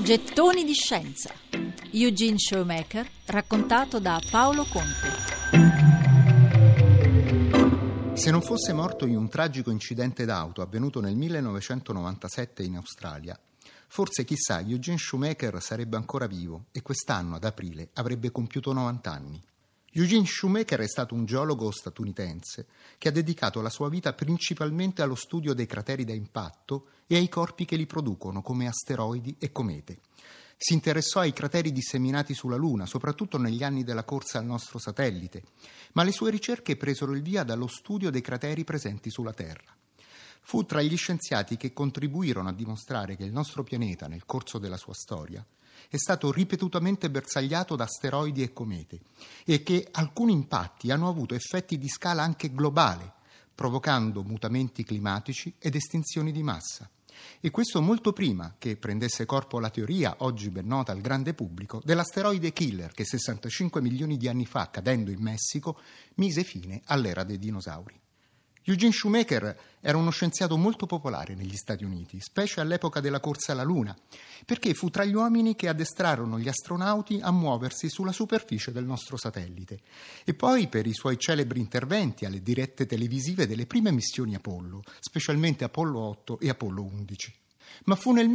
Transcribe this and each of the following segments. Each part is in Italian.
Gettoni di scienza. Eugene Shoemaker, raccontato da Paolo Conte. Se non fosse morto in un tragico incidente d'auto avvenuto nel 1997 in Australia, forse chissà Eugene Shoemaker sarebbe ancora vivo e quest'anno ad aprile avrebbe compiuto 90 anni. Eugene Shoemaker è stato un geologo statunitense che ha dedicato la sua vita principalmente allo studio dei crateri da impatto e ai corpi che li producono, come asteroidi e comete. Si interessò ai crateri disseminati sulla Luna, soprattutto negli anni della corsa al nostro satellite, ma le sue ricerche presero il via dallo studio dei crateri presenti sulla Terra. Fu tra gli scienziati che contribuirono a dimostrare che il nostro pianeta, nel corso della sua storia, è stato ripetutamente bersagliato da asteroidi e comete e che alcuni impatti hanno avuto effetti di scala anche globale, provocando mutamenti climatici ed estinzioni di massa. E questo molto prima che prendesse corpo la teoria, oggi ben nota al grande pubblico, dell'asteroide Killer che 65 milioni di anni fa, cadendo in Messico, mise fine all'era dei dinosauri. Eugene Shoemaker era uno scienziato molto popolare negli Stati Uniti, specie all'epoca della corsa alla Luna, perché fu tra gli uomini che addestrarono gli astronauti a muoversi sulla superficie del nostro satellite e poi per i suoi celebri interventi alle dirette televisive delle prime missioni Apollo, specialmente Apollo 8 e Apollo 11. Ma fu nel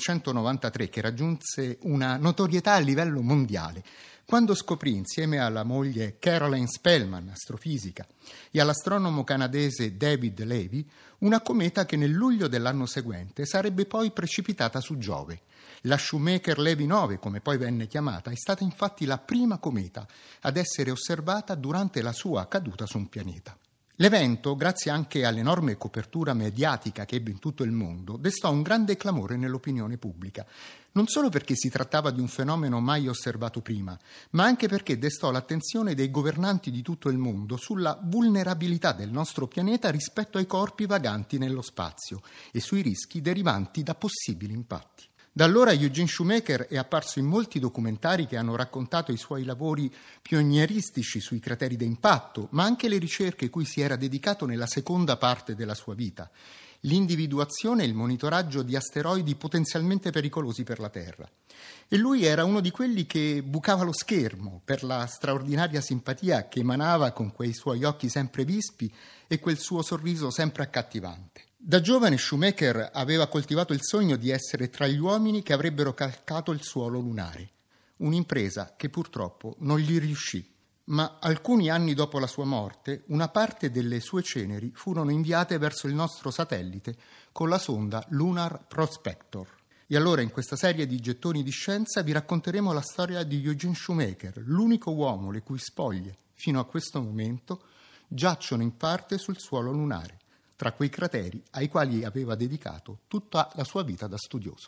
1993 che raggiunse una notorietà a livello mondiale, quando scoprì insieme alla moglie Caroline Spellman, astrofisica, e all'astronomo canadese David Levy, una cometa che nel luglio dell'anno seguente sarebbe poi precipitata su Giove. La Shoemaker-Levy 9, come poi venne chiamata, è stata infatti la prima cometa ad essere osservata durante la sua caduta su un pianeta. L'evento, grazie anche all'enorme copertura mediatica che ebbe in tutto il mondo, destò un grande clamore nell'opinione pubblica, non solo perché si trattava di un fenomeno mai osservato prima, ma anche perché destò l'attenzione dei governanti di tutto il mondo sulla vulnerabilità del nostro pianeta rispetto ai corpi vaganti nello spazio e sui rischi derivanti da possibili impatti. Da allora Eugene Shoemaker è apparso in molti documentari che hanno raccontato i suoi lavori pionieristici sui crateri da impatto, ma anche le ricerche cui si era dedicato nella seconda parte della sua vita, l'individuazione e il monitoraggio di asteroidi potenzialmente pericolosi per la Terra. E lui era uno di quelli che bucava lo schermo per la straordinaria simpatia che emanava con quei suoi occhi sempre vispi e quel suo sorriso sempre accattivante. Da giovane Shoemaker aveva coltivato il sogno di essere tra gli uomini che avrebbero calcato il suolo lunare, un'impresa che purtroppo non gli riuscì. Ma alcuni anni dopo la sua morte, una parte delle sue ceneri furono inviate verso il nostro satellite con la sonda Lunar Prospector. E allora in questa serie di gettoni di scienza vi racconteremo la storia di Eugene Shoemaker, l'unico uomo le cui spoglie, fino a questo momento, giacciono in parte sul suolo lunare, tra quei crateri ai quali aveva dedicato tutta la sua vita da studioso.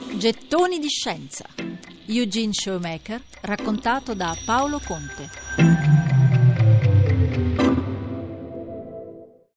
Gettoni di scienza. Eugene Shoemaker, raccontato da Paolo Conte.